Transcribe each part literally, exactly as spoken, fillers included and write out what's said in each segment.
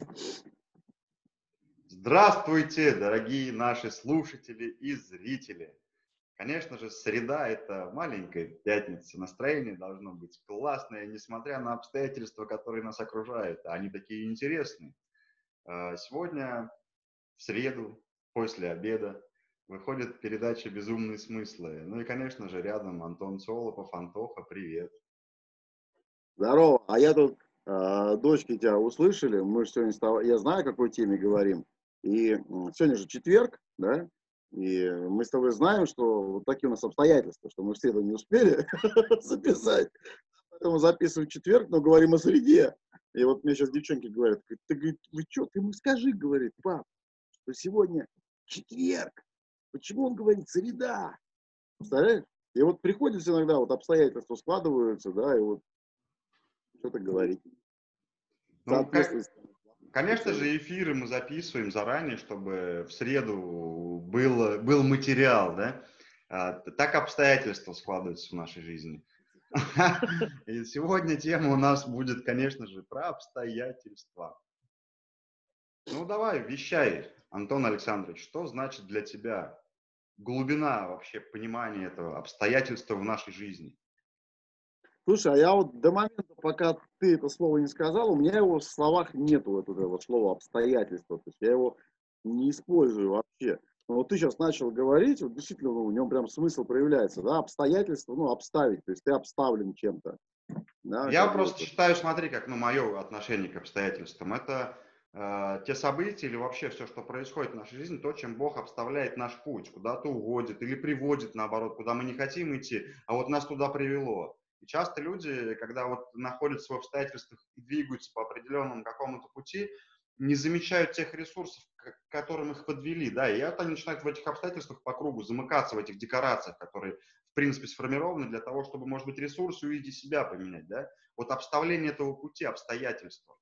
Здравствуйте, дорогие наши слушатели и зрители! Конечно же, среда– это маленькая пятница, настроение должно быть классное, несмотря на обстоятельства, которые нас окружают, а они такие интересные. А, Сегодня, в среду, после обеда, выходит передача «Безумные смыслы». Ну и, конечно же, рядом Антон Солопов. Антоха, привет! Здорово. А я тут, а, дочки тебя услышали, мы же сегодня с тобой, я знаю, о какой теме говорим, и м, сегодня же четверг, да, и мы с тобой знаем, что вот такие у нас обстоятельства, что мы в среду не успели записать, поэтому записываем в четверг, но говорим о среде. И вот мне сейчас девчонки говорят, ты, говорит, вы что, ты ему скажи, говорит, пап, что сегодня четверг, почему он говорит среда, представляешь? И вот приходится иногда, вот обстоятельства складываются, да, и вот что-то говорить. Ну, ка- Соответствует конечно специалисту. же, эфиры мы записываем заранее, чтобы в среду был, был материал, да? А, Так обстоятельства складываются в нашей жизни. И сегодня тема у нас будет, конечно же, про обстоятельства. Ну, давай, вещай, Антон Александрович, что значит для тебя глубина вообще понимания этого обстоятельства в нашей жизни? Слушай, а я вот до момента, пока ты это слово не сказал, у меня его в словах нету, вот этого вот слова обстоятельства. То есть я его не использую вообще. Но вот ты сейчас начал говорить, вот действительно, ну, в нем прям смысл проявляется, да, обстоятельства, ну, обставить, то есть ты обставлен чем-то, да, Я как бы просто это. считаю, смотри, как, ну, мое отношение к обстоятельствам. Это э, те события или вообще все, что происходит в нашей жизни, то, чем Бог обставляет наш путь, куда-то уводит или приводит, наоборот, куда мы не хотим идти, а вот нас туда привело. И часто люди, когда вот находятся в обстоятельствах и двигаются по определенному какому-то пути, не замечают тех ресурсов, к которым их подвели, да, и вот они начинают в этих обстоятельствах по кругу замыкаться, в этих декорациях, которые, в принципе, сформированы для того, чтобы, может быть, ресурсы увидеть себя поменять, да, вот обставление этого пути, обстоятельства.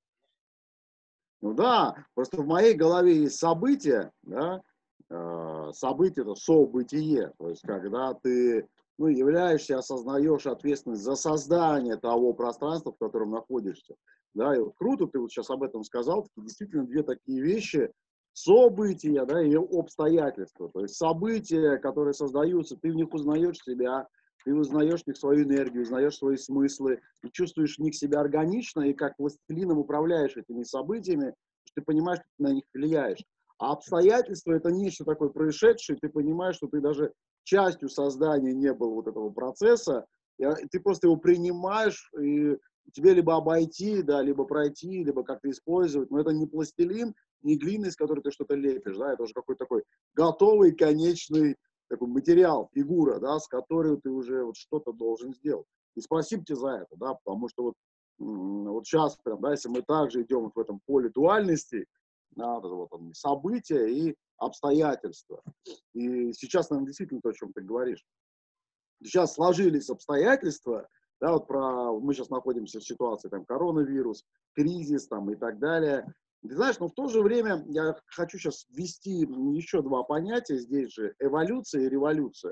Ну да, просто в моей голове есть события, да, э, событие это событие, то есть когда ты, ну, являешься, осознаешь ответственность за создание того пространства, в котором находишься, да, и вот круто ты вот сейчас об этом сказал, такие действительно две такие вещи, события, да, и обстоятельства, то есть события, которые создаются, ты в них узнаешь себя, ты узнаешь в них свою энергию, узнаешь свои смыслы, и чувствуешь в них себя органично, и как властелином управляешь этими событиями, что ты понимаешь, что ты на них влияешь. А обстоятельства – это нечто такое происшедшее, ты понимаешь, что ты даже частью создания не был вот этого процесса, и а, ты просто его принимаешь, и тебе либо обойти, да, либо пройти, либо как-то использовать, но это не пластилин, не глина, из которой ты что-то лепишь, да, это уже какой-то такой готовый, конечный такой материал, фигура, да, с которой ты уже вот что-то должен сделать. И спасибо тебе за это, да, потому что вот, вот сейчас прям, да, если мы также идем вот в этом поле дуальности, да, вот, это вот там события и обстоятельства. И сейчас, наверное, действительно то, о чем ты говоришь. Сейчас сложились обстоятельства, да, вот про, мы сейчас находимся в ситуации, там, коронавирус, кризис, там, и так далее. Ты знаешь, но в то же время я хочу сейчас ввести еще два понятия здесь же, эволюция и революция.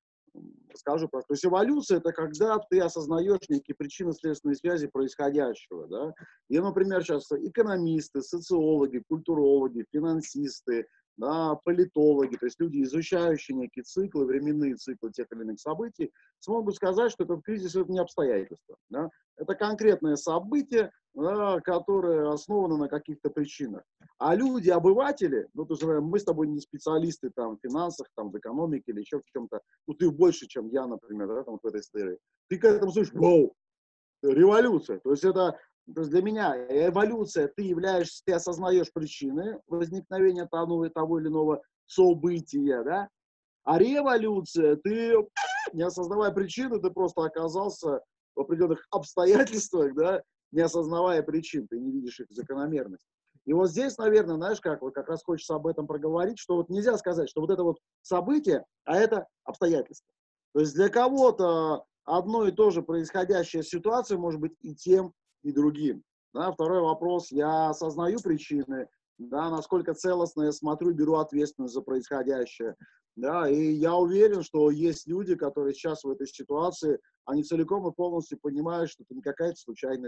Скажу просто. То есть эволюция – это когда ты осознаешь некие причинно-следственные связи происходящего. Да? И, например, сейчас экономисты, социологи, культурологи, финансисты, да, политологи, то есть люди, изучающие некие циклы, временные циклы тех или иных событий, смогут сказать, что этот кризис – это не обстоятельства. Да? Это конкретное событие, да, которое основано на каких-то причинах. А люди, обыватели, ну, то есть мы с тобой не специалисты там, в финансах, там, в экономике или еще в чем-то, ну, ты больше, чем я, например, да, там, вот в этой сфере. Ты к этому слышишь, вау, революция. То есть это, то есть для меня эволюция, ты являешься, ты осознаешь причины возникновения того, того или иного события, да, а революция, ты, не осознавая причины, ты просто оказался в определенных обстоятельствах, да, не осознавая причин, ты не видишь их закономерность. И вот здесь, наверное, знаешь, как вот как раз хочется об этом проговорить, что вот нельзя сказать, что вот это вот событие, а это обстоятельства. То есть для кого-то одно и то же происходящая ситуация может быть и тем, и другим. Да, второй вопрос, я осознаю причины, да, насколько целостно я смотрю, беру ответственность за происходящее. Да, и я уверен, что есть люди, которые сейчас в этой ситуации, они целиком и полностью понимают, что это не какая-то случайность,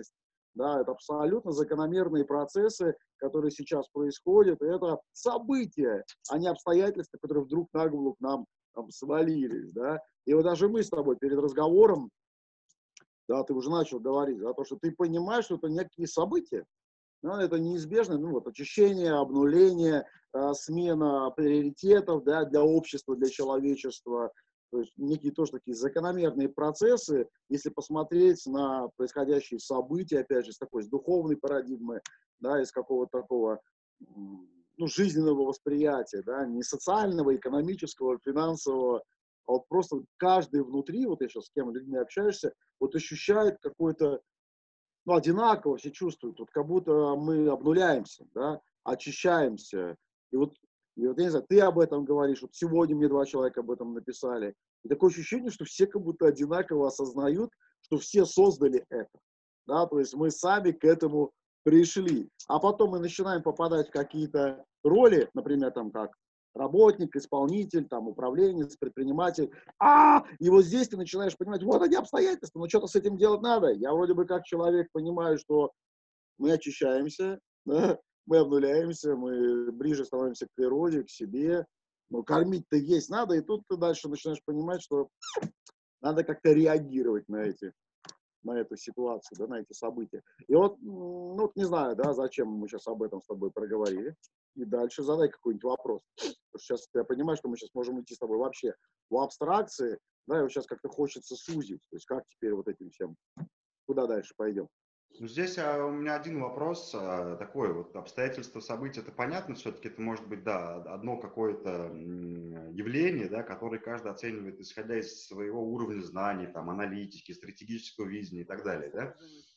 да, это абсолютно закономерные процессы, которые сейчас происходят, и это события, а не обстоятельства, которые вдруг на голову к нам там, свалились, да. И вот даже мы с тобой перед разговором, да, ты уже начал говорить, да, то, что ты понимаешь, что это некие события, да, это неизбежно, ну, вот, очищение, обнуление, э, смена приоритетов, да, для общества, для человечества, то есть некие тоже такие закономерные процессы, если посмотреть на происходящие события, опять же, с такой, с духовной парадигмы, да, из какого-то такого, ну, жизненного восприятия, да, не социального, экономического, финансового, а вот просто каждый внутри, вот я сейчас с кем людьми общаешься, вот ощущает какой-то, ну, одинаково все чувствуют, вот как будто мы обнуляемся, да, очищаемся. И вот, и вот, я не знаю, ты об этом говоришь, вот сегодня мне два человека об этом написали. И такое ощущение, что все как будто одинаково осознают, что все создали это, да, то есть мы сами к этому пришли. А потом мы начинаем попадать в какие-то роли, например, там как работник, исполнитель, там, управленец, предприниматель. А, и вот здесь ты начинаешь понимать, вот они обстоятельства, но что-то с этим делать надо. Я вроде бы как человек понимаю, что мы очищаемся, да, мы обнуляемся, мы ближе становимся к природе, к себе. Но кормить-то есть надо, и тут ты дальше начинаешь понимать, что надо как-то реагировать на эти, на эту ситуацию, да, на эти события. И вот, ну, вот не знаю, да, зачем мы сейчас об этом с тобой проговорили. И дальше задай какой-нибудь вопрос. Потому что сейчас я понимаю, что мы сейчас можем идти с тобой вообще в абстракции, да, и вот сейчас как-то хочется сузить. То есть как теперь вот этим всем, куда дальше пойдем? Ну, здесь а, у меня один вопрос а, такой, вот обстоятельства события, это понятно, все-таки это может быть, да, одно какое-то м, явление, да, которое каждый оценивает, исходя из своего уровня знаний, там, аналитики, стратегического видения и так далее, да.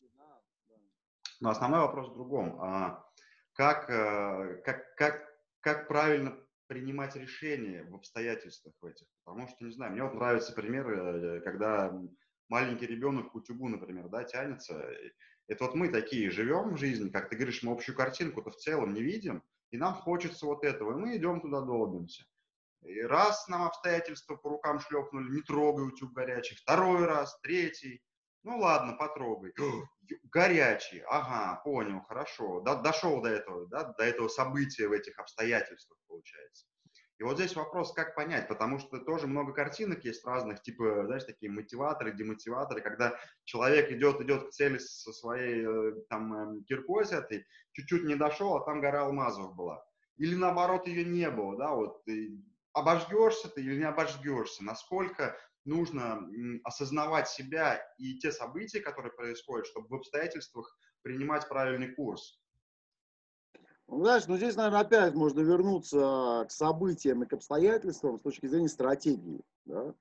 Но основной вопрос в другом. А, как, э, как, как, как правильно принимать решения в обстоятельствах в этих? Потому что, не знаю, мне вот нравятся примеры, э, когда маленький ребенок к утюгу, например, да, тянется. Это вот мы такие живем в жизни, как ты говоришь, мы общую картинку-то в целом не видим, и нам хочется вот этого, и мы идем туда, долбимся. И раз нам обстоятельства по рукам шлепнули, не трогай утюг горячий, второй раз, третий, ну ладно, потрогай. Горячий, ага, понял, хорошо. До, дошел до этого, да, до этого события в этих обстоятельствах, получается. И вот здесь вопрос, как понять, потому что тоже много картинок есть разных, типа, знаешь, такие мотиваторы, демотиваторы, когда человек идет, идет к цели со своей там киркой с этой, чуть-чуть не дошел, а там гора алмазов была. Или наоборот ее не было, да, вот обожгешься ты или не обожгешься, насколько нужно осознавать себя и те события, которые происходят, чтобы в обстоятельствах принимать правильный курс. Ну, знаешь, ну здесь, наверное, опять можно вернуться к событиям и к обстоятельствам с точки зрения стратегии. Да?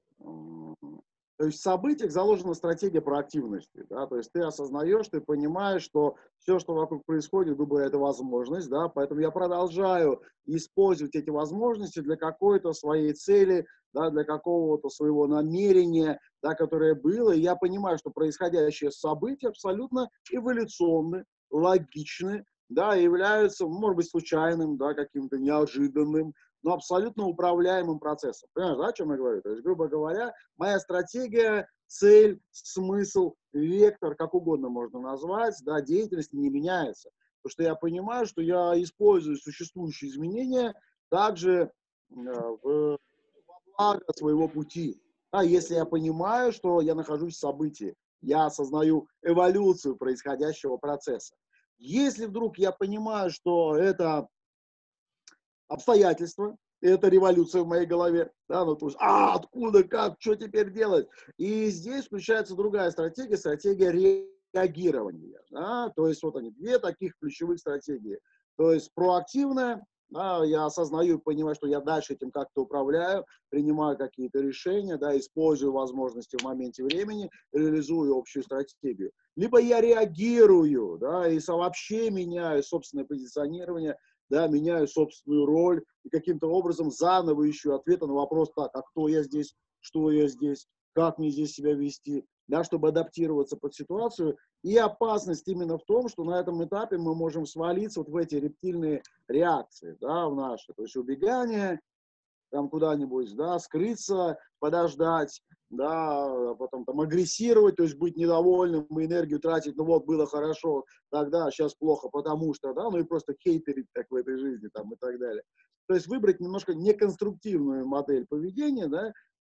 То есть в событиях заложена стратегия проактивности, да, то есть ты осознаешь, ты понимаешь, что все, что вокруг происходит, грубо говоря, это возможность, да, поэтому я продолжаю использовать эти возможности для какой-то своей цели, да, для какого-то своего намерения, да, которое было, и я понимаю, что происходящие события абсолютно эволюционны, логичны, да, являются, может быть, случайным, да, каким-то неожиданным, но абсолютно управляемым процессом. Понимаешь, да, о чем я говорю? То есть, грубо говоря, моя стратегия, цель, смысл, вектор, как угодно можно назвать, да, деятельность не меняется. Потому что я понимаю, что я использую существующие изменения также э, в, во благо своего пути. Да, если я понимаю, что я нахожусь в событии, я осознаю эволюцию происходящего процесса. Если вдруг я понимаю, что это обстоятельства, это революция в моей голове, да, ну, то есть, а, откуда, как, что теперь делать? И здесь включается другая стратегия, стратегия реагирования, да, то есть вот они, две таких ключевых стратегии, то есть проактивная, да, я осознаю и понимаю, что я дальше этим как-то управляю, принимаю какие-то решения, да, использую возможности в моменте времени, реализую общую стратегию. Либо я реагирую, да, и вообще меняю собственное позиционирование, да, меняю собственную роль и каким-то образом заново ищу ответы на вопрос, так, а кто я здесь, что я здесь, как мне здесь себя вести, да, чтобы адаптироваться под ситуацию. И опасность именно в том, что на этом этапе мы можем свалиться вот в эти рептильные реакции, да, в наши, то есть убегание, там куда-нибудь, да, скрыться, подождать, да, потом там агрессировать, то есть быть недовольным, энергию тратить, ну вот, было хорошо, тогда, сейчас плохо, потому что, да, ну и просто хейтерить так в этой жизни, там, и так далее. То есть выбрать немножко неконструктивную модель поведения, да,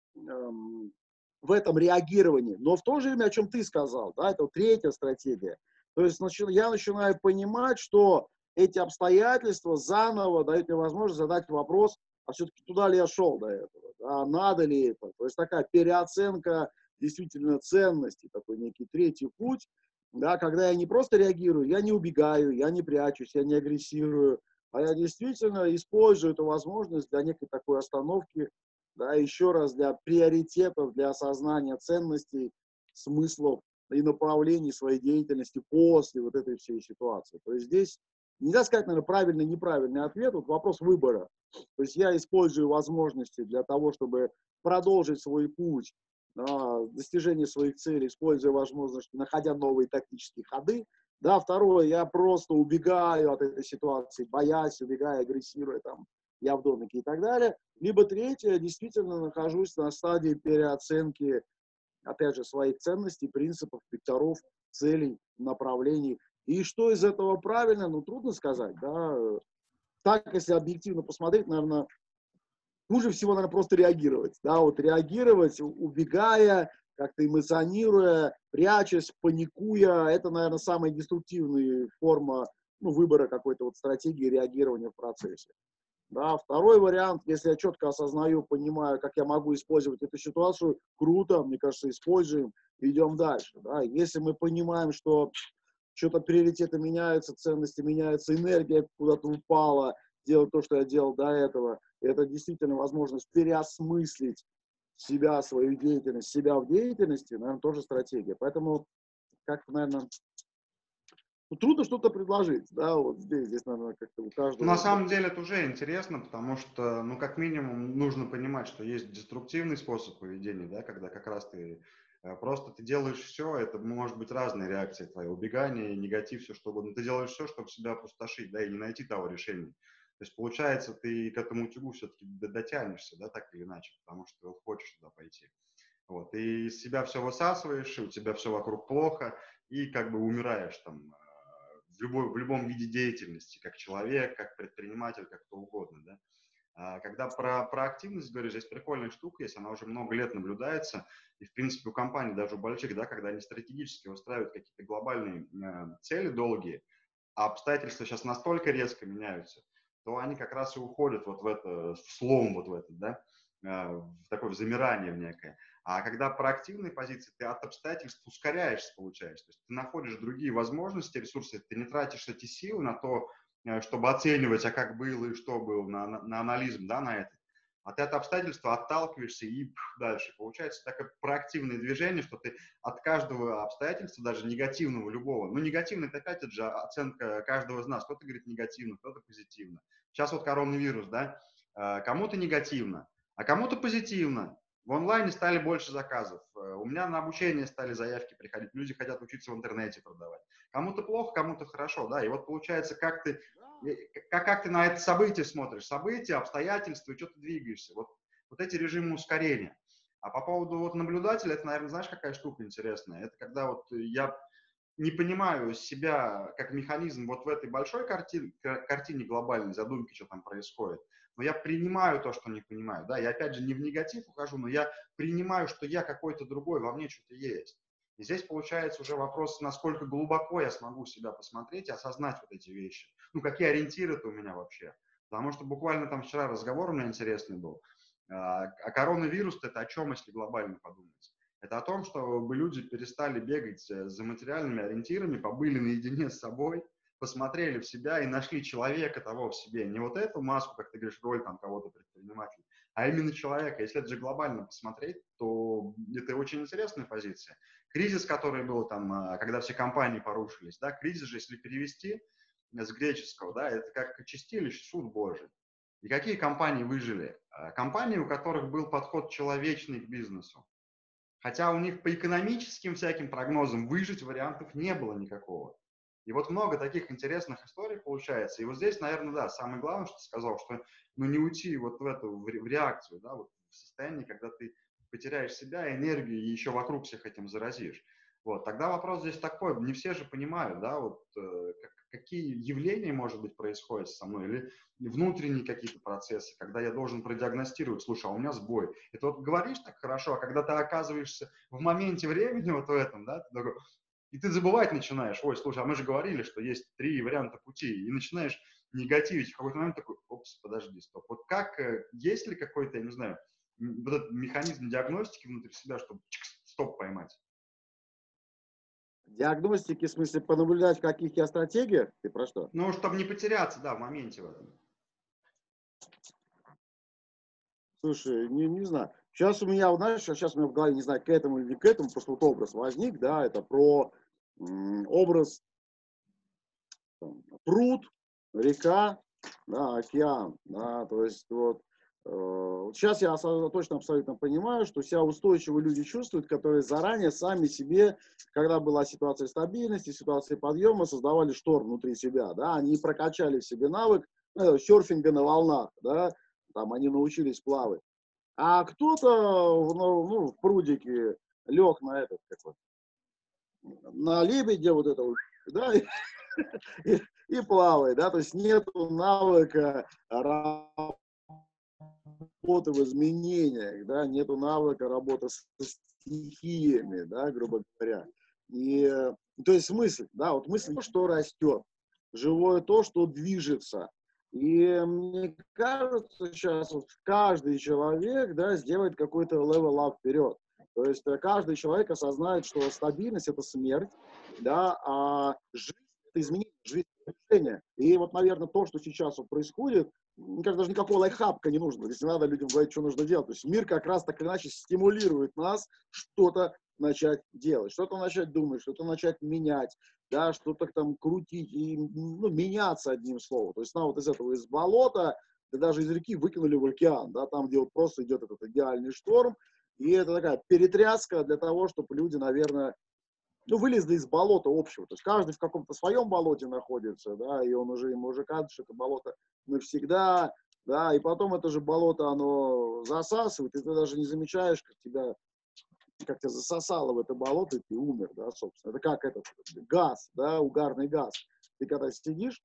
эм, в этом реагировании. Но в то же время, о чем ты сказал, да, это вот третья стратегия. То есть начи- я начинаю понимать, что эти обстоятельства заново дают мне возможность задать вопрос, а все-таки туда ли я шел до этого, да, надо ли это. То есть такая переоценка действительно ценностей, такой некий третий путь, да, когда я не просто реагирую, я не убегаю, я не прячусь, я не агрессирую, а я действительно использую эту возможность для некой такой остановки, да, еще раз для приоритетов, для осознания ценностей, смыслов и направлений своей деятельности после вот этой всей ситуации. То есть здесь нельзя сказать, наверное, правильный и неправильный ответ, вот вопрос выбора. То есть я использую возможности для того, чтобы продолжить свой путь, а, достижение своих целей, используя возможности, находя новые тактические ходы. Да, второе, я просто убегаю от этой ситуации, боясь, убегая, агрессируя, там, я в домике и так далее. Либо третье, я действительно нахожусь на стадии переоценки, опять же, своих ценностей, принципов, векторов, целей, направлений. И что из этого правильно, ну, трудно сказать, да. Так, если объективно посмотреть, наверное, хуже всего, наверное, просто реагировать, да, вот реагировать, убегая, как-то эмоционируя, прячась, паникуя, это, наверное, самая деструктивная форма, ну, выбора какой-то вот стратегии реагирования в процессе. Да, второй вариант, если я четко осознаю, понимаю, как я могу использовать эту ситуацию, круто, мне кажется, используем, идем дальше. Да. Если мы понимаем, что что-то приоритеты меняются, ценности меняются, энергия куда-то упала, делать то, что я делал до этого, это действительно возможность переосмыслить себя, свою деятельность, себя в деятельности, наверное, тоже стратегия. Поэтому, как, наверное, ну, трудно что-то предложить, да, вот здесь, здесь, наверное, как-то у Ну, на каждого. самом деле это уже интересно, потому что, ну, как минимум, нужно понимать, что есть деструктивный способ поведения, да, когда как раз ты э, просто ты делаешь все, это может быть разные реакции твои, убегание, негатив, все что угодно. Ты делаешь все, чтобы себя опустошить, да, и не найти того решения. То есть, получается, ты к этому утюгу все-таки дотянешься, да, так или иначе, потому что хочешь туда пойти. Вот, и из себя все высасываешь, и у тебя все вокруг плохо, и как бы умираешь там э, в, любой, в любом виде деятельности, как человек, как предприниматель, как кто угодно, да. А когда про, про активность говорю, здесь прикольная штука есть, она уже много лет наблюдается, и в принципе у компаний, даже у больших, да, когда они стратегически устраивают какие-то глобальные э, цели долгие, а обстоятельства сейчас настолько резко меняются, то они как раз и уходят вот в это, в слом вот в этот, да, э, в такое в замирание в некое. А когда про активные позиции, ты от обстоятельств ускоряешься, получается. То есть ты находишь другие возможности, ресурсы, ты не тратишь эти силы на то, э, чтобы оценивать, а как было и что было, на, на, на анализм, да, на это. А ты от обстоятельства отталкиваешься и пф, дальше. Получается такое проактивное движение, что ты от каждого обстоятельства, даже негативного любого, ну, негативный, это опять же оценка каждого из нас. Кто-то говорит негативно, кто-то позитивно. Сейчас вот коронавирус, да, э, кому-то негативно, а кому-то позитивно. В онлайне стали больше заказов. У меня на обучение стали заявки приходить. Люди хотят учиться в интернете продавать. Кому-то плохо, кому-то хорошо, да. И вот получается, как ты, как, как ты на это событие смотришь. События, обстоятельства, и что ты двигаешься. Вот, вот эти режимы ускорения. А по поводу вот наблюдателя, это, наверное, знаешь, какая штука интересная? Это когда вот я не понимаю себя как механизм вот в этой большой картине, картине глобальной задумки, что там происходит, но я принимаю то, что не понимаю, да, я опять же не в негатив ухожу, но я принимаю, что я какой-то другой, во мне что-то есть. И здесь получается уже вопрос, насколько глубоко я смогу себя посмотреть и осознать вот эти вещи. Ну, какие ориентиры-то у меня вообще. Потому что буквально там вчера разговор у меня интересный был. А коронавирус-то это о чем, если глобально подумать? Это о том, чтобы люди перестали бегать за материальными ориентирами, побыли наедине с собой, посмотрели в себя и нашли человека того в себе. Не вот эту маску, как ты говоришь, роль там кого-то предпринимателя, а именно человека. Если это же глобально посмотреть, то это очень интересная позиция. Кризис, который был там, когда все компании порушились, да, кризис же, если перевести с греческого, да, это как чистилище, суд Божий. И какие компании выжили? Компании, у которых был подход человечный к бизнесу. Хотя у них по экономическим всяким прогнозам выжить вариантов не было никакого. И вот много таких интересных историй получается. И вот здесь, наверное, да, самое главное, что ты сказал, что ну, не уйти вот в эту, в, ре- в реакцию, да, вот в состоянии, когда ты потеряешь себя, энергию и еще вокруг всех этим заразишь. Вот, тогда вопрос здесь такой, не все же понимают, да, вот э, как- какие явления, может быть, происходят со мной, или внутренние какие-то процессы, когда я должен продиагностировать, слушай, а у меня сбой. Это вот говоришь так хорошо, а когда ты оказываешься в моменте времени вот в этом, да, ты такой, и ты забывать начинаешь, ой, слушай, а мы же говорили, что есть три варианта пути, и начинаешь негативить, в какой-то момент такой, опс, подожди, стоп. Вот как, э, есть ли какой-то, я не знаю, м, вот этот механизм диагностики внутри себя, чтобы чикс, стоп поймать? Диагностики, в смысле, понаблюдать, в каких я стратегиях? Ты про что? Ну, чтобы не потеряться, да, в моменте в этом. Слушай, не, не знаю. Сейчас у меня, вот знаешь, сейчас у меня в голове, не знаю, к этому или не к этому, просто вот образ возник, да, это про м, образ там, пруд, река, да, океан, да, то есть вот, э, вот сейчас я осо- точно абсолютно понимаю, что себя устойчивые люди чувствуют, которые заранее сами себе, когда была ситуация стабильности, ситуация подъема, создавали шторм внутри себя, да, они прокачали в себе навык ну, серфинга на волнах, да, там они научились плавать. А кто-то в, ну, ну, в прудике лег на этот, какой, на лебедя вот это вот, да, и, и, и плавает, да, то есть нет навыка работы в изменениях, да, нету навыка работы со стихиями, да, грубо говоря. И, э, то есть мысль, да, вот мысль, что растет, живое то, что движется. И мне кажется, сейчас вот каждый человек, да, сделает какой-то level up вперед. То есть э, каждый человек осознает, что стабильность – это смерть, да, а жизнь – это изменение, жизнь – это движение. И вот, наверное, то, что сейчас вот происходит, мне кажется, даже никакого лайфхапка не нужно. Здесь не надо людям говорить, что нужно делать. То есть мир как раз так или иначе стимулирует нас что-то начать делать, что-то начать думать, что-то начать менять, да, что-то там крутить и ну, меняться одним словом. То есть нам вот из этого, из болота, да даже из реки выкинули в океан, да, там, где вот просто идет этот идеальный шторм, и это такая перетряска для того, чтобы люди, наверное, ну, вылезли из болота общего. То есть каждый в каком-то своем болоте находится, да, и он уже, ему уже кажется, что это болото навсегда, да, и потом это же болото, оно засасывает, и ты даже не замечаешь, как тебя, как тебя засосало в это болото, и ты умер, да, собственно. Это как этот газ, да, угарный газ. Ты когда сидишь,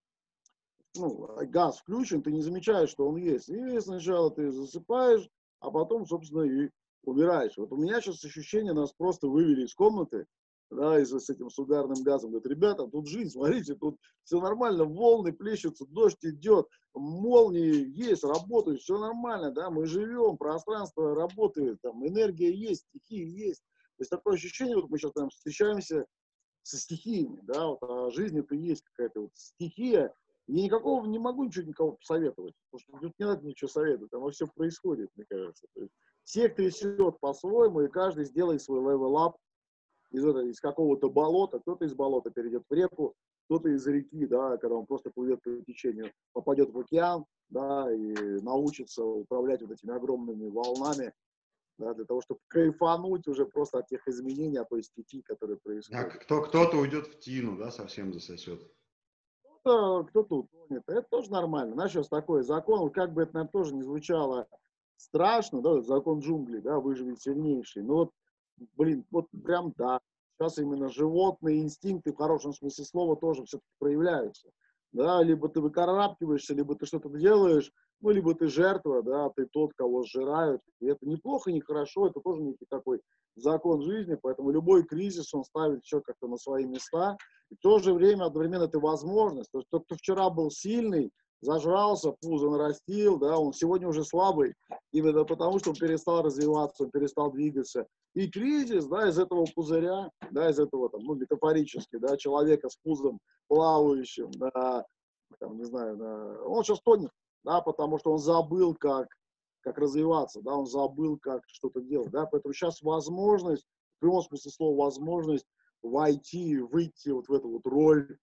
ну, газ включен, ты не замечаешь, что он есть. И сначала ты засыпаешь, а потом, собственно, и умираешь. Вот у меня сейчас ощущение, нас просто вывели из комнаты, да, и с этим с угарным газом. Говорят, ребята, тут жизнь, смотрите, тут все нормально, волны плещутся, дождь идет, молнии есть, работают, все нормально, да, мы живем, пространство работает, там, энергия есть, стихии есть. То есть такое ощущение, вот мы сейчас прям встречаемся со стихиями, да, вот, а жизнь это и есть какая-то вот стихия. Я никакого не могу ничего никого посоветовать, потому что тут не надо ничего советовать, оно все происходит, мне кажется. То есть всех трясет по-своему, и каждый сделает свой level up из, этого, из какого-то болота, кто-то из болота перейдет в реку, кто-то из реки, да, когда он просто плывет по течению, попадет в океан, да, и научится управлять вот этими огромными волнами, да, для того, чтобы кайфануть уже просто от тех изменений, от той стихии, которые А происходят. кто, кто-то уйдет в тину, да, совсем засосет. Кто-то, кто-то утонет. Это тоже нормально. Знаешь, сейчас такой закон, вот как бы это, наверное, тоже не звучало страшно, да, вот закон джунглей, да, выживет сильнейший. Но вот, блин, вот прям да. Сейчас именно животные инстинкты в хорошем смысле слова тоже все-таки проявляются. Да, либо ты выкарабкиваешься, либо ты что-то делаешь, ну, либо ты жертва, да, ты тот, кого сжирают. И это неплохо, не хорошо, это тоже некий такой закон жизни, поэтому любой кризис, он ставит все как-то на свои места. И в то же время одновременно это возможность. То есть тот, кто вчера был сильный, зажрался, пузо нарастил, да, он сегодня уже слабый, именно потому, что он перестал развиваться, он перестал двигаться. И кризис, да, из этого пузыря, да, из этого, там, ну, метафорически, да, человека с пузом плавающим, да, там, не знаю, да, он сейчас тонет, да, потому что он забыл, как, как развиваться, да, он забыл, как что-то делать, да, поэтому сейчас возможность, в прямом смысле слова возможность войти, выйти вот в эту вот роль,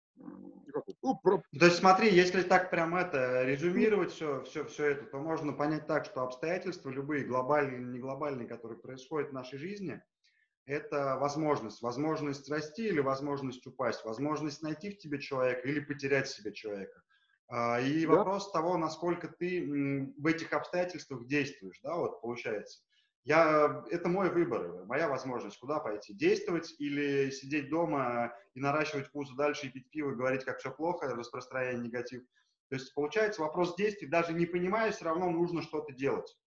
ну, про, То есть смотри, если так прям это резюмировать все, все, все это, то можно понять так, что обстоятельства любые, глобальные или не глобальные, которые происходят в нашей жизни, это возможность. Возможность расти или возможность упасть. Возможность найти в тебе человека или потерять в себе человека. А, И Да, вопрос того, насколько ты м, в этих обстоятельствах действуешь, да, вот получается. Я, это мой выбор, моя возможность, куда пойти. Действовать или сидеть дома и наращивать пузо дальше и пить пиво, и говорить, как все плохо, распространяя негатив. То есть, получается, вопрос действий, даже не понимая, все равно нужно что-то делать.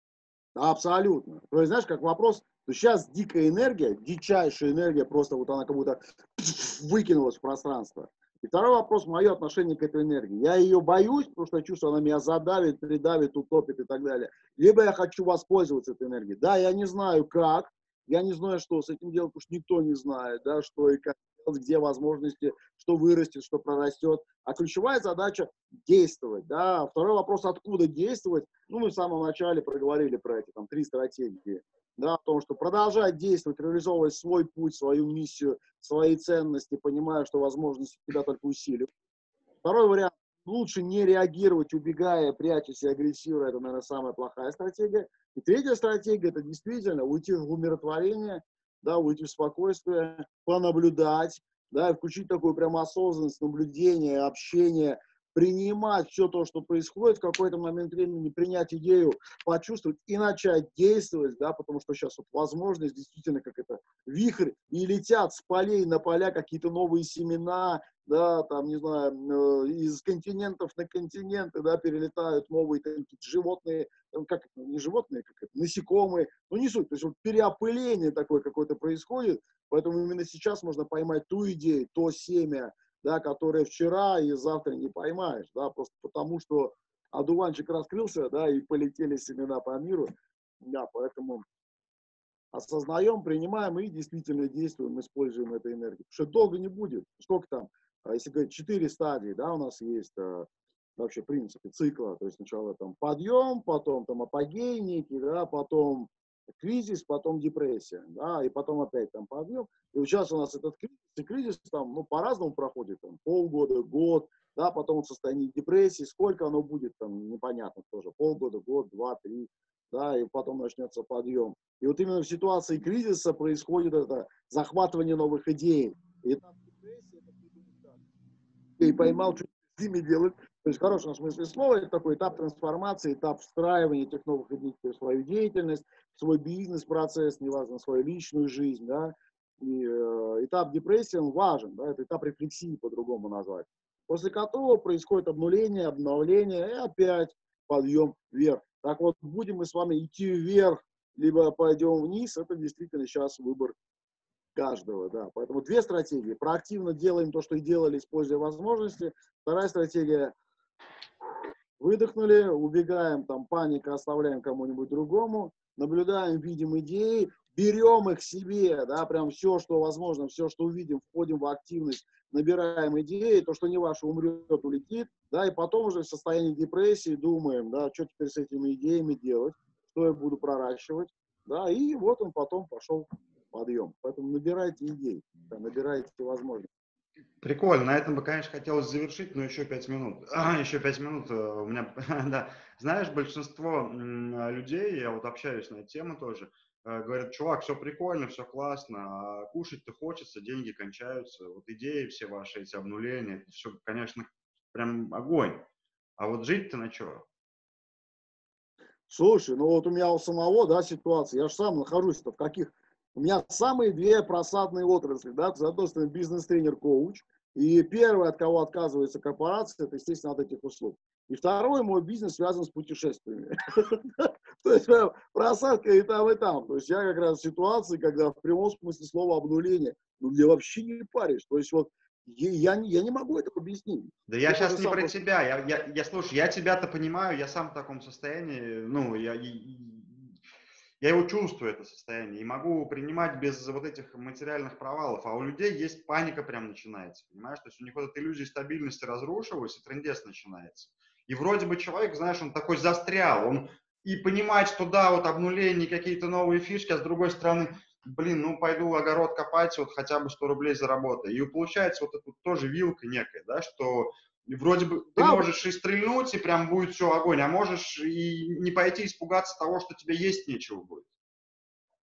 абсолютно. То есть, знаешь, как вопрос, то сейчас дикая энергия, дичайшая энергия, просто вот она как будто выкинулась в пространство. И второй вопрос, мое отношение к этой энергии. Я ее боюсь, потому что я чувствую, она меня задавит, придавит, утопит и так далее. Либо я хочу воспользоваться этой энергией. Да, я не знаю как, я не знаю, что с этим делать, потому что никто не знает, да, что и как делать, где возможности, что вырастет, что прорастет. А ключевая задача действовать, да. Второй вопрос, откуда действовать. Ну, мы в самом начале проговорили про эти там три стратегии, да, о том, что продолжать действовать, реализовывать свой путь, свою миссию, свои ценности, понимая, что возможности тебя только усиливают. Второй вариант, лучше не реагировать, убегая, прячась и агрессируя, это, наверное, самая плохая стратегия. И третья стратегия, это действительно уйти в умиротворение, да, уйти в спокойствие, понаблюдать, да, и включить такую прям осознанность, наблюдение, общение, принимать все то, что происходит, в какой-то момент времени принять идею, почувствовать и начать действовать, да, потому что сейчас вот возможность действительно как это вихрь, и летят с полей на поля какие-то новые семена, да, там, не знаю, э, из континентов на континенты, да, перелетают новые там какие-то животные, там, как это, не животные, как это, насекомые, ну, не суть, то есть вот переопыление такое какое-то происходит, поэтому именно сейчас можно поймать ту идею, то семя, да, которое вчера и завтра не поймаешь, да, просто потому что одуванчик раскрылся, да, и полетели семена по миру, да, поэтому осознаем, принимаем и действительно действуем, используем эту энергию. Потому что долго не будет. Сколько там, а если говорить, четыре стадии, да, у нас есть а, вообще принципы цикла. То есть сначала там подъем, потом там апогей некий, да, потом кризис, потом депрессия, да, и потом опять там подъем. И вот сейчас у нас этот кризис, и кризис там, ну, по-разному проходит, там, полгода, год, да, потом в состоянии депрессии, сколько оно будет, там, непонятно тоже, полгода, год, два, три, да, и потом начнется подъем. И вот именно в ситуации кризиса происходит это захватывание новых идей. И этап депрессии, это придумать так. И поймал, что с ними делать. То есть в хорошем смысле слова, это такой этап трансформации, этап встраивания этих новых идей в свою деятельность, в свой бизнес-процесс, неважно, в свою личную жизнь, да. И э, этап депрессии, он важен, да, это этап рефлексии, по-другому назвать. После которого происходит обнуление, обновление и опять подъем вверх. Так вот, будем мы с вами идти вверх, либо пойдем вниз, это действительно сейчас выбор каждого, да. Поэтому две стратегии. Проактивно делаем то, что и делали, используя возможности. Вторая стратегия. Выдохнули, убегаем, там, паника оставляем кому-нибудь другому, наблюдаем, видим идеи, берем их себе, да, прям все, что возможно, все, что увидим, входим в активность, набираем идеи, то, что не ваше, умрет, улетит, да, и потом уже в состоянии депрессии думаем, да, что теперь с этими идеями делать, что я буду проращивать, да, и вот он потом пошел подъем. Поэтому набирайте идей, да, набирайте возможности. Прикольно. На этом бы, конечно, хотелось завершить, но еще пять минут. А, еще пять минут э, у меня, да. Знаешь, большинство м, людей, я вот общаюсь на эту тему тоже, э, говорят, чувак, все прикольно, все классно, а кушать-то хочется, деньги кончаются, вот идеи все ваши, эти обнуления, это все, конечно, прям огонь. А вот жить-то на что? Слушай, ну вот у меня у самого, да, ситуация, я же сам нахожусь-то в каких... У меня самые две просадные отрасли, да, с одной стороны бизнес-тренер-коуч, и первое, от кого отказывается корпорация, это, естественно, от этих услуг. И второй, мой бизнес связан с путешествиями. То есть просадка и там, и там. То есть я как раз в ситуации, когда в прямом смысле слова обнуление, ну, я вообще не парюсь. То есть вот я, не- я не могу это объяснить. Да я Ты тоже сейчас не сам про просто... тебя, я, я, я слушай, я тебя-то понимаю, я сам в таком состоянии, ну, я, я его чувствую, это состояние, и могу принимать без вот этих материальных провалов, а у людей есть паника прям начинается, понимаешь, то есть у них вот эта иллюзия стабильности разрушилась, и трындец начинается. И вроде бы человек, знаешь, он такой застрял, он и понимает, что да, вот обнуление, какие-то новые фишки, а с другой стороны, блин, ну пойду огород копать, вот хотя бы сто рублей заработаю. И получается вот это тоже вилка некая, да, что вроде бы ты Да, можешь и стрельнуть, и прям будет все огонь, а можешь и не пойти испугаться того, что тебе есть нечего будет.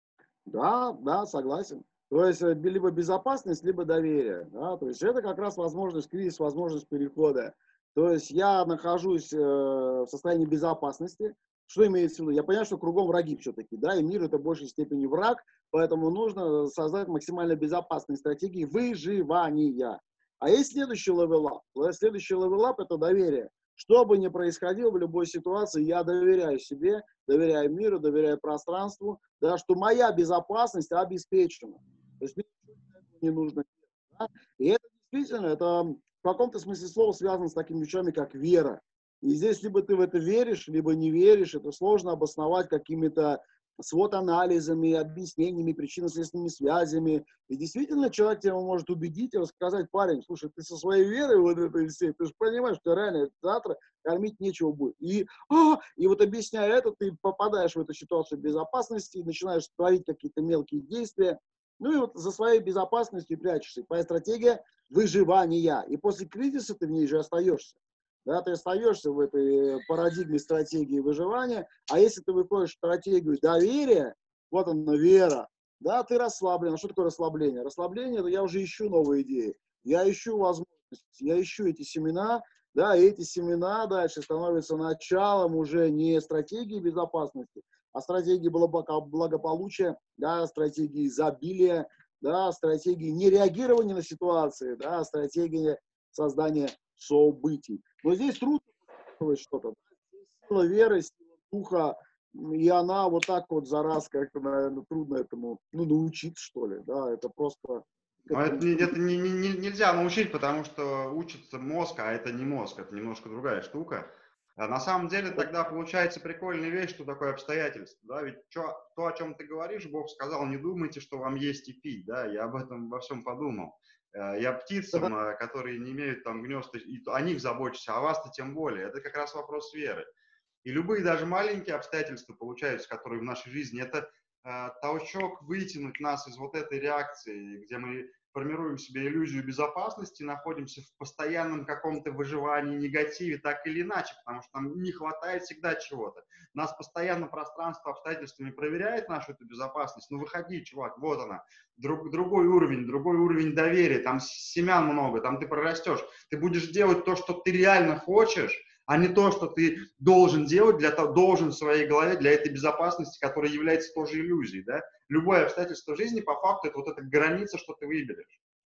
Да, да, согласен. То есть э, либо безопасность, либо доверие. Да? То есть это как раз возможность кризис, возможность перехода. То есть я нахожусь э, в состоянии безопасности. Что имеется в виду? Я понимаю, что кругом враги все-таки, да, и мир это в большей степени враг, поэтому нужно создать максимально безопасные стратегии выживания. А есть следующий левел ап. Следующий левел ап это доверие. Что бы ни происходило в любой ситуации, я доверяю себе, доверяю миру, доверяю пространству, да, что моя безопасность обеспечена. То есть мне не нужно. Да? И это действительно, это в каком-то смысле слова связано с такими вещами, как вера. И здесь либо ты в это веришь, либо не веришь. Это сложно обосновать какими-то свод-анализами, объяснениями, причинно-следственными связями. И действительно человек тебя может убедить и рассказать: парень, слушай, ты со своей верой вот этой всей, ты же понимаешь, что реально завтра кормить нечего будет. И, а, и вот объясняя это, ты попадаешь в эту ситуацию безопасности, начинаешь творить какие-то мелкие действия, ну и вот за своей безопасностью прячешься. Твоя стратегия выживания. И после кризиса ты в ней же остаешься. Да, ты остаешься в этой парадигме стратегии выживания. А если ты выходишь в стратегию доверия, вот она вера, да, ты расслаблен. А что такое расслабление? Расслабление — это я уже ищу новые идеи. Я ищу возможности, я ищу эти семена, да, и эти семена дальше становятся началом уже не стратегии безопасности, а стратегии благополучия, да, стратегии изобилия, да, стратегии нереагирования на ситуации, да, стратегии создания событий. Но здесь трудно что-то. Сила веры, сила духа, и она вот так вот за раз как-то, наверное, трудно этому, ну, научиться, что ли, да, это просто Но это, не, это не, не- не- нельзя научить, потому что учится мозг, а это не мозг, это немножко другая штука. А на самом деле тогда получается прикольная вещь, что такое обстоятельство, да, ведь чё- то, о чем ты говоришь, Бог сказал, не думайте, что вам есть и пить, да, я об этом во всем подумал. Э, Я птицам, э, которые не имеют там гнезд, и о них забочусь, а о вас-то тем более. Это как раз вопрос веры. И любые даже маленькие обстоятельства получаются, которые в нашей жизни, это э, толчок вытянуть нас из вот этой реакции, где мы формируем себе иллюзию безопасности, находимся в постоянном каком-то выживании, негативе, так или иначе, потому что нам не хватает всегда чего-то. Нас постоянно пространство обстоятельствами проверяет нашу эту безопасность. Ну выходи, чувак, вот она, друг, другой уровень, другой уровень доверия, там семян много, там ты прорастешь, ты будешь делать то, что ты реально хочешь, а не то, что ты должен делать, для того, должен в своей голове для этой безопасности, которая является тоже иллюзией, да. Любое обстоятельство жизни, по факту, это вот эта граница, что ты выберешь.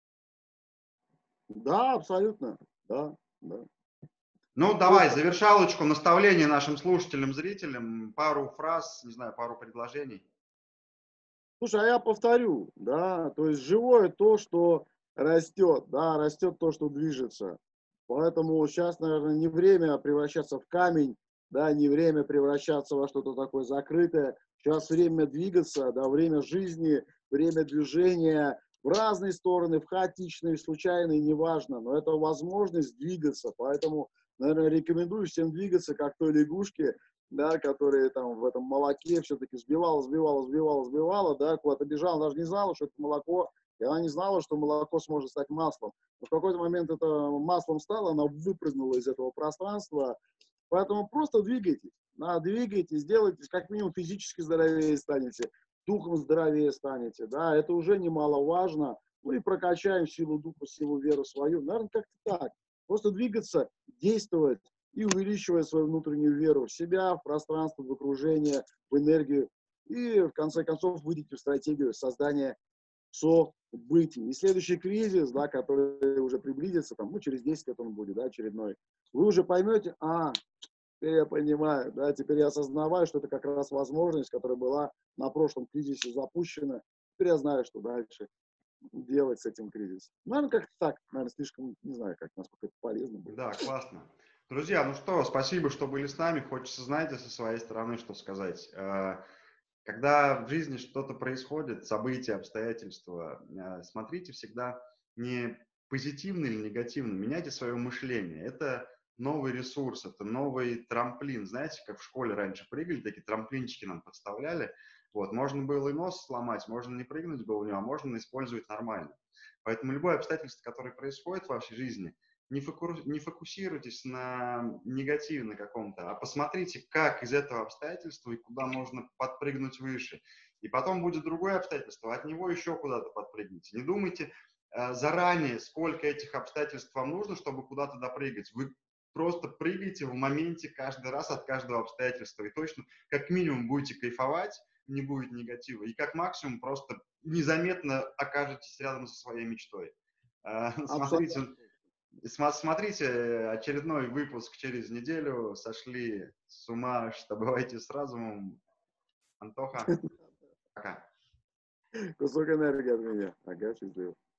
Да, абсолютно, да, да. Ну, То есть, давай, завершалочку, наставление нашим слушателям, зрителям, пару фраз, не знаю, пару предложений. слушай, а я повторю, да, то есть живое то, что растет, да, растет то, что движется. Поэтому сейчас, наверное, не время превращаться в камень, да, не время превращаться во что-то такое закрытое. Сейчас время двигаться, да, время жизни, время движения в разные стороны, в хаотичные, в случайные, неважно, но это возможность двигаться. Поэтому, наверное, рекомендую всем двигаться, как той лягушке, да, которая там в этом молоке все-таки сбивала, сбивала, сбивала, сбивала, да, куда-то бежала, она даже не знала, что это молоко, и она не знала, что молоко сможет стать маслом. Но в какой-то момент это маслом стало, она выпрыгнула из этого пространства, поэтому просто двигайтесь, да, двигайтесь, делайте, как минимум физически здоровее станете, духом здоровее станете, да, это уже немаловажно, ну и прокачаем силу духа, силу веры свою, наверное, как-то так, просто двигаться, действовать, и увеличивая свою внутреннюю веру в себя, в пространство, в окружение, в энергию. И в конце концов выйдете в стратегию создания событий. И следующий кризис, да, который уже приблизится, там, ну, через десять лет он будет, да, очередной, вы уже поймете, а, теперь я понимаю, да, теперь я осознаваю, что это как раз возможность, которая была на прошлом кризисе запущена. Теперь я знаю, что дальше делать с этим кризисом. Наверное, как-то так, наверное, слишком, не знаю, как, насколько это полезно будет. Да, классно. Друзья, ну что, спасибо, что были с нами. Хочется, знаете, со своей стороны, что сказать. Э, Когда в жизни что-то происходит, события, обстоятельства, э, смотрите всегда не позитивно или негативно, меняйте свое мышление. Это новый ресурс, это новый трамплин. Знаете, как в школе раньше прыгали, такие трамплинчики нам подставляли. Вот, можно было и нос сломать, можно не прыгнуть было в него, а можно использовать нормально. Поэтому любое обстоятельство, которое происходит в вашей жизни, не, фоку, не фокусируйтесь на негативе на каком-то, а посмотрите, как из этого обстоятельства и куда можно подпрыгнуть выше. И потом будет другое обстоятельство, от него еще куда-то подпрыгните. Не думайте э, заранее, сколько этих обстоятельств вам нужно, чтобы куда-то допрыгать. Вы просто прыгайте в моменте каждый раз от каждого обстоятельства. И точно, как минимум, будете кайфовать, не будет негатива. И как максимум, просто незаметно окажетесь рядом со своей мечтой. Э, смотрите, Абсолютно. смотрите очередной выпуск через неделю. Сошли с ума, что бываете с разумом. Антоха, пока. Кусок энергии от меня. Ага, счастливо.